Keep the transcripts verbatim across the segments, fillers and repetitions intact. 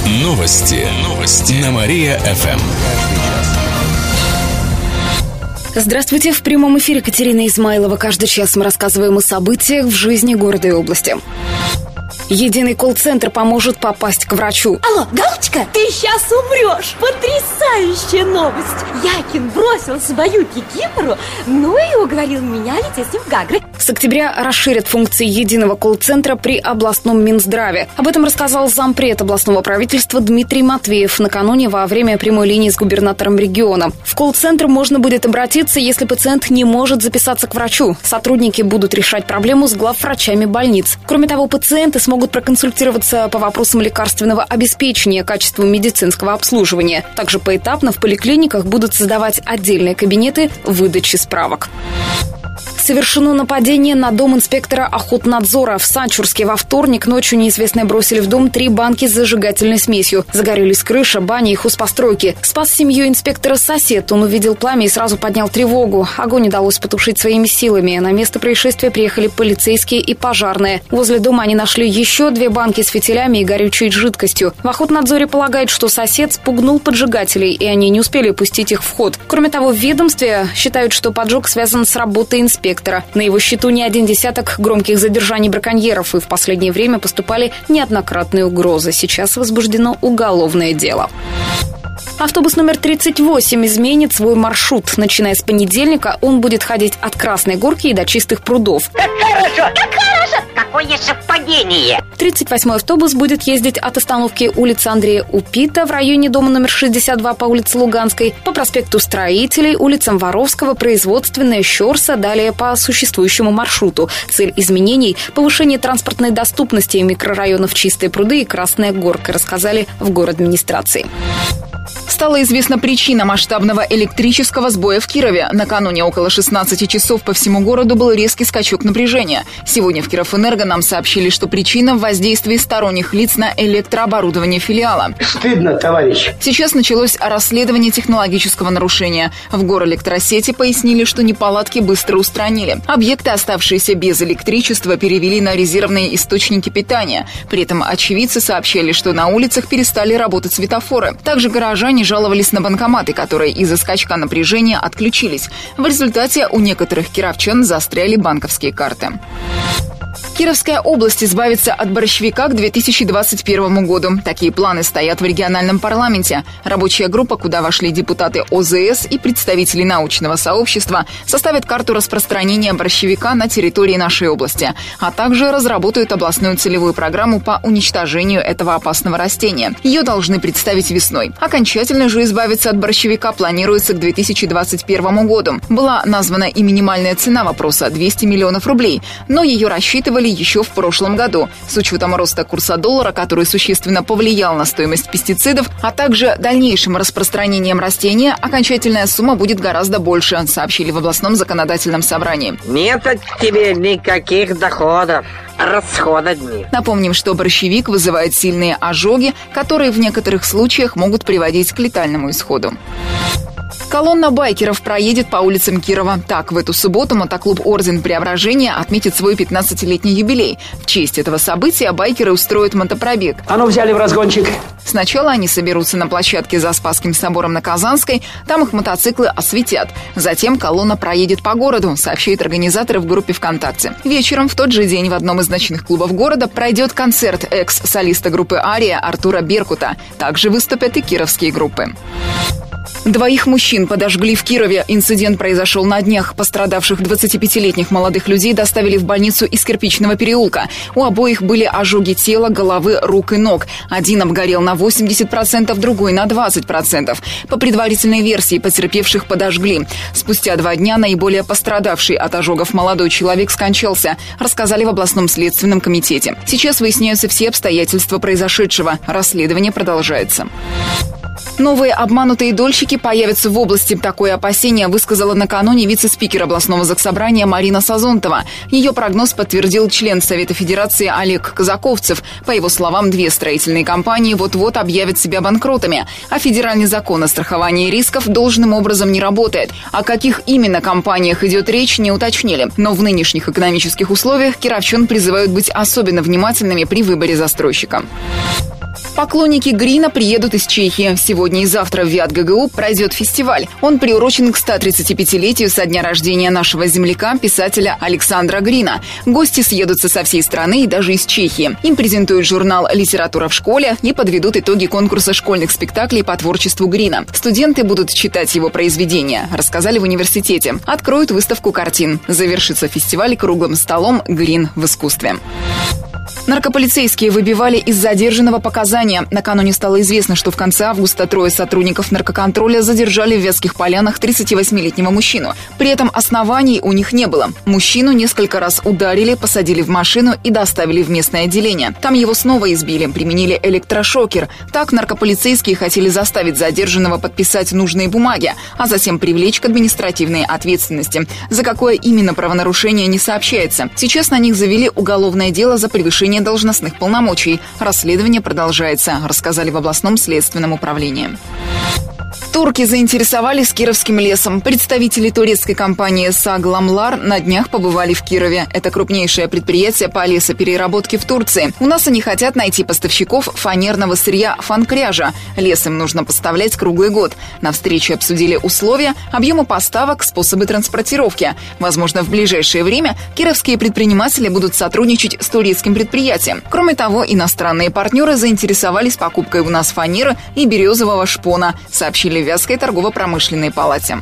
Новости. Новости. На Мария-ФМ. Здравствуйте. В прямом эфире Катерина Измайлова. Каждый час мы рассказываем о событиях в жизни города и области. Единый колл-центр поможет попасть к врачу. Алло, Галочка, ты сейчас умрешь. Потрясающая новость. Якин бросил свою кикимору, ну и уговорил меня лететь с ним в Гагры. С октября расширят функции единого колл-центра при областном Минздраве. Об этом рассказал зампред областного правительства Дмитрий Матвеев накануне во время прямой линии с губернатором региона. В колл-центр можно будет обратиться, если пациент не может записаться к врачу. Сотрудники будут решать проблему с главврачами больниц. Кроме того, пациенты смогут проконсультироваться по вопросам лекарственного обеспечения, качеству медицинского обслуживания. Также поэтапно в поликлиниках будут создавать отдельные кабинеты выдачи справок. Совершено нападение на дом инспектора охотнадзора в Санчурске. Во вторник ночью неизвестные бросили в дом три банки с зажигательной смесью. Загорелись крыша, баня и хозпостройки. Спас семью инспектора сосед. Он увидел пламя и сразу поднял тревогу. Огонь удалось потушить своими силами. На место происшествия приехали полицейские и пожарные. Возле дома они нашли еще две банки с фитилями и горючей жидкостью. В охотнадзоре полагают, что сосед спугнул поджигателей, и они не успели пустить их в ход. Кроме того, в ведомстве считают, что поджог связан с работой инспектора. На его счету не один десяток громких задержаний браконьеров, и в последнее время поступали неоднократные угрозы. Сейчас возбуждено уголовное дело. Автобус номер тридцать восемь изменит свой маршрут. Начиная с понедельника он будет ходить от Красной Горки и до Чистых прудов. Как хорошо! Как хорошо! Какое совпадение! тридцать восьмой автобус будет ездить от остановки улицы Андрея Упита в районе дома номер шестьдесят два по улице Луганской, по проспекту Строителей, улицам Воровского, Производственная, Щорса, далее по существующему маршруту. Цель изменений – повышение транспортной доступности микрорайонов Чистые пруды и Красная Горка, рассказали в городадминистрации. Стала известна причина масштабного электрического сбоя в Кирове. Накануне около шестнадцати часов по всему городу был резкий скачок напряжения. Сегодня в Кировэнерго нам сообщили, что причина в воздействии сторонних лиц на электрооборудование филиала. Стыдно, товарищ. Сейчас началось расследование технологического нарушения. В Горэлектросети пояснили, что неполадки быстро устранили. Объекты, оставшиеся без электричества, перевели на резервные источники питания. При этом очевидцы сообщали, что на улицах перестали работать светофоры. Также горожане жаловались на банкоматы, которые из-за скачка напряжения отключились. В результате у некоторых кировчан застряли банковские карты. Кировская область избавится от борщевика к две тысячи двадцать первому году. Такие планы стоят в региональном парламенте. Рабочая группа, куда вошли депутаты О З С и представители научного сообщества, составит карту распространения борщевика на территории нашей области, а также разработают областную целевую программу по уничтожению этого опасного растения. Ее должны представить весной. Окончательно же избавиться от борщевика планируется к две тысячи двадцать первому году. Была названа и минимальная цена вопроса – двести миллионов рублей, но ее рассчитывали еще в прошлом году. С учетом роста курса доллара, который существенно повлиял на стоимость пестицидов, а также дальнейшим распространением растения, окончательная сумма будет гораздо больше, сообщили в областном законодательном собрании. Нет от тебя никаких доходов. Расходы одни. Напомним, что борщевик вызывает сильные ожоги, которые в некоторых случаях могут приводить к летальному исходу. Колонна байкеров проедет по улицам Кирова. Так, в эту субботу мотоклуб «Орден Преображения» отметит свой пятнадцатилетний юбилей. В честь этого события байкеры устроят мотопробег. А ну, взяли в разгончик. Сначала они соберутся на площадке за Спасским собором на Казанской. Там их мотоциклы осветят. Затем колонна проедет по городу, сообщают организаторы в группе ВКонтакте. Вечером в тот же день в одном из ночных клубов города пройдет концерт экс-солиста группы «Ария» Артура Беркута. Также выступят и кировские группы. Двоих мужчин подожгли в Кирове. Инцидент произошел на днях. Пострадавших двадцатипятилетних молодых людей доставили в больницу из Кирпичного переулка. У обоих были ожоги тела, головы, рук и ног. Один обгорел на восемьдесят процентов, другой на двадцать процентов. По предварительной версии, потерпевших подожгли. Спустя два дня наиболее пострадавший от ожогов молодой человек скончался, рассказали в областном следственном комитете. Сейчас выясняются все обстоятельства произошедшего. Расследование продолжается. Новые обманутые дольщики появятся в области. Такое опасение высказала накануне вице-спикер областного заксобрания Марина Сазонтова. Ее прогноз подтвердил член Совета Федерации Олег Казаковцев. По его словам, две строительные компании вот-вот объявят себя банкротами, а федеральный закон о страховании рисков должным образом не работает. О каких именно компаниях идет речь, не уточнили. Но в нынешних экономических условиях кировчан призывают быть особенно внимательными при выборе застройщика. Поклонники Грина приедут из Чехии. Сегодня и завтра в ВИАТ-ГГУ пройдет фестиваль. Он приурочен к ста тридцатипятилетию со дня рождения нашего земляка, писателя Александра Грина. Гости съедутся со всей страны и даже из Чехии. Им презентуют журнал «Литература в школе» и подведут итоги конкурса школьных спектаклей по творчеству Грина. Студенты будут читать его произведения, рассказали в университете. Откроют выставку картин. Завершится фестиваль круглым столом «Грин в искусстве». Наркополицейские выбивали из задержанного показания. Накануне стало известно, что в конце августа трое сотрудников наркоконтроля задержали в Вятских Полянах тридцативосьмилетнего мужчину. При этом оснований у них не было. Мужчину несколько раз ударили, посадили в машину и доставили в местное отделение. Там его снова избили, применили электрошокер. Так наркополицейские хотели заставить задержанного подписать нужные бумаги, а затем привлечь к административной ответственности. За какое именно правонарушение не сообщается. Сейчас на них завели уголовное дело за превышение должностных полномочий. Расследование продолжается, рассказали в областном следственном управлении. Турки заинтересовались Кировским лесом. Представители турецкой компании «Сагламлар» на днях побывали в Кирове. Это крупнейшее предприятие по лесопереработке в Турции. У нас они хотят найти поставщиков фанерного сырья «Фанкряжа». Лес им нужно поставлять круглый год. На встрече обсудили условия, объемы поставок, способы транспортировки. Возможно, в ближайшее время кировские предприниматели будут сотрудничать с турецким предприятием. Кроме того, иностранные партнеры заинтересовались покупкой у нас фанеры и березового шпона, сообщили в Вятской торгово-промышленной палате.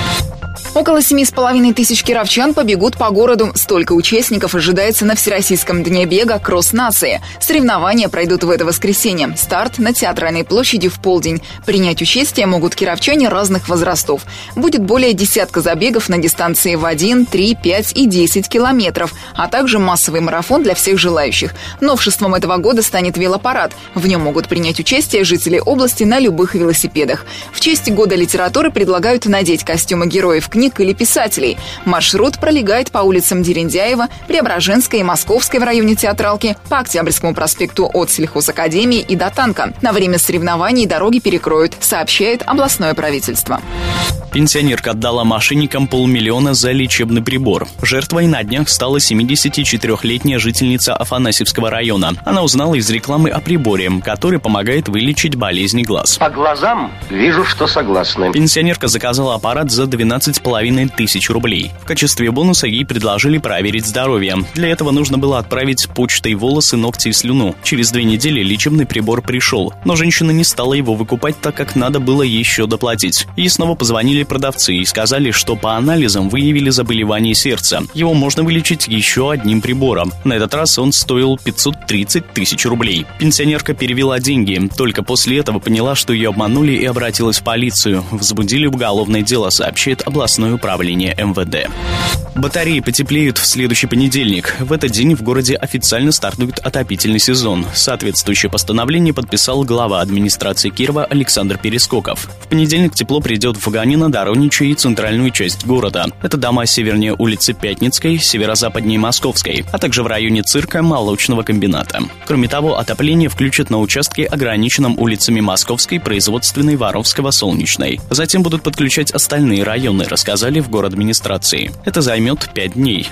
Около семи с половиной тысяч кировчан побегут по городу. Столько участников ожидается на Всероссийском дне бега «Кросс нации». Соревнования пройдут в это воскресенье. Старт на Театральной площади в полдень. Принять участие могут кировчане разных возрастов. Будет более десятка забегов на дистанции в один, три, пять и десять километров, а также массовый марафон для всех желающих. Новшеством этого года станет велопарад. В нем могут принять участие жители области на любых велосипедах. В честь Года литературы предлагают надеть костюмы героев книг или писателей. Маршрут пролегает по улицам Дерендяева, Преображенской и Московской в районе Театралки, по Октябрьскому проспекту от Сельхозакадемии и до Танка. На время соревнований дороги перекроют, сообщает областное правительство. Пенсионерка отдала мошенникам полмиллиона за лечебный прибор. Жертвой на днях стала семидесятичетырехлетняя жительница Афанасьевского района. Она узнала из рекламы о приборе, который помогает вылечить болезни глаз. По глазам вижу, что согласны. Пенсионерка заказала аппарат за двенадцать с половиной тысяч рублей. В качестве бонуса ей предложили проверить здоровье. Для этого нужно было отправить почтой волосы, ногти и слюну. Через две недели лечебный прибор пришел, но женщина не стала его выкупать, так как надо было еще доплатить. Ей снова позвонили продавцы и сказали, что по анализам выявили заболевание сердца. Его можно вылечить еще одним прибором. На этот раз он стоил пятьсот тридцать тысяч рублей. Пенсионерка перевела деньги. Только после этого поняла, что ее обманули, и обратилась в полицию. Возбудили уголовное дело, сообщает областное управление эм вэ дэ. Батареи потеплеют в следующий понедельник. В этот день в городе официально стартует отопительный сезон. Соответствующее постановление подписал глава администрации Кирова Александр Перескоков. В понедельник тепло придет в Ганино, Дороничи и центральную часть города. Это дома севернее улицы Пятницкой, северо-западнее Московской, а также в районе цирка молочного комбината. Кроме того, отопление включат на участке, ограниченном улицами Московской, Производственной, Воровского, Солнечной. Затем будут подключать остальные районы, рассказали в городадминистрации. Это займет пять дней.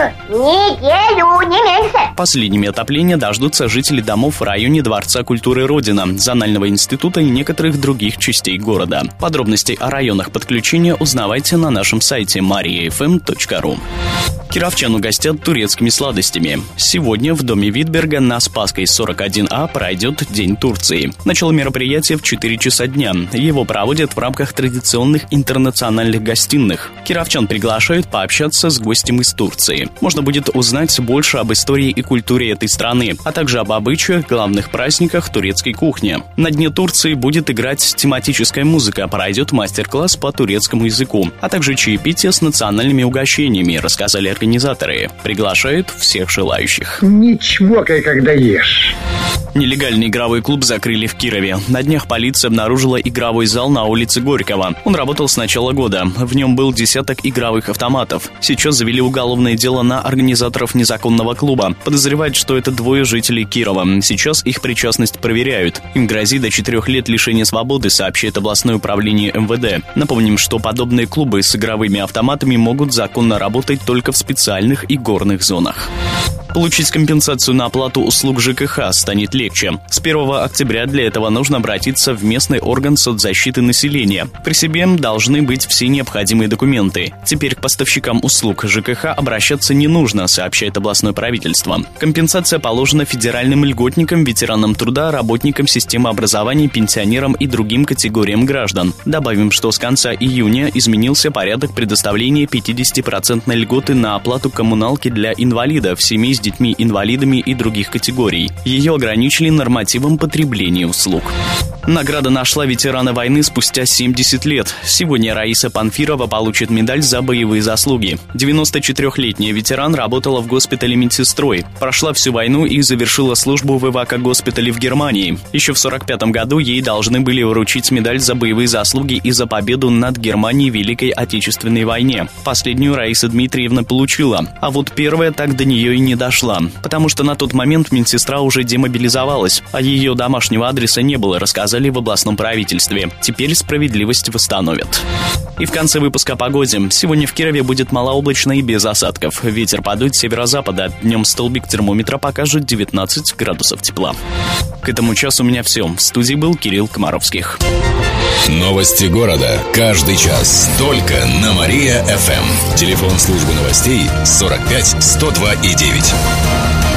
Неделю, не меньше. Последними отопления дождутся жители домов в районе Дворца культуры Родина, Зонального института и некоторых других частей города. Подробности о районах подключения узнавайте на нашем сайте мария эф эм точка ру. Кировчан угостят турецкими сладостями. Сегодня в доме Витберга на Спасской сорок один А пройдет День Турции. Начало мероприятия в четыре часа дня. Его проводят в рамках традиционных интернациональных гостиных. Кировчан приглашают пообщаться с гостем из Турции. Можно будет узнать больше об истории и культуре этой страны, а также об обычаях, главных праздниках турецкой кухни. На Дне Турции будет играть тематическая музыка, пройдет мастер-класс по турецкому языку, а также чаепитие с национальными угощениями, рассказали организаторы. Приглашают всех желающих. Не чмокай, когда ешь. Нелегальный игровой клуб закрыли в Кирове. На днях полиция обнаружила игровой зал на улице Горького. Он работал с начала года. В нем был десяток игровых автоматов. Сейчас завели уголовное дело на организаторов незаконного клуба. Подозревают, что это двое жителей Кирова. Сейчас их причастность проверяют. Им грозит до четырех лет лишения свободы, сообщает областное управление эм вэ дэ. Напомним, что подобные клубы с игровыми автоматами могут законно работать только в специальных игорных зонах. Получить компенсацию на оплату услуг ЖКХ станет легче. С первого октября для этого нужно обратиться в местный орган соцзащиты населения. При себе должны быть все необходимые документы. Теперь к поставщикам услуг ЖКХ обращаться не нужно, сообщает областное правительство. Компенсация положена федеральным льготникам, ветеранам труда, работникам системы образования, пенсионерам и другим категориям граждан. Добавим, что с конца июня изменился порядок предоставления пятидесятипроцентной льготы на оплату коммуналки для инвалидов, семей с детьми-инвалидами и других категорий. Ее ограничили нормативом потребления услуг. Награда нашла ветерана войны спустя семьдесят лет. Сегодня Раиса Панфирова получит медаль за боевые заслуги. девяносто четырехлетняя ветеран работала в госпитале медсестрой. Прошла всю войну и завершила службу в эвакогоспитале в Германии. Еще в сорок пятом году ей должны были вручить медаль за боевые заслуги и за победу над Германией в Великой Отечественной войне. Последнюю Раиса Дмитриевна получила. А вот первая так до нее и не дошла. Потому что на тот момент медсестра уже демобилизовалась, а ее домашнего адреса не было, рассказали в областном правительстве. Теперь справедливость восстановят. И в конце выпуска о погоде. Сегодня в Кирове будет малооблачно и без осадков. Ветер подует с северо-запада. Днем столбик термометра покажет девятнадцать градусов тепла. К этому часу у меня все. В студии был Кирилл Комаровских. Новости города. Каждый час. Только на Мария-ФМ. Телефон службы новостей сорок пять сто два и девять.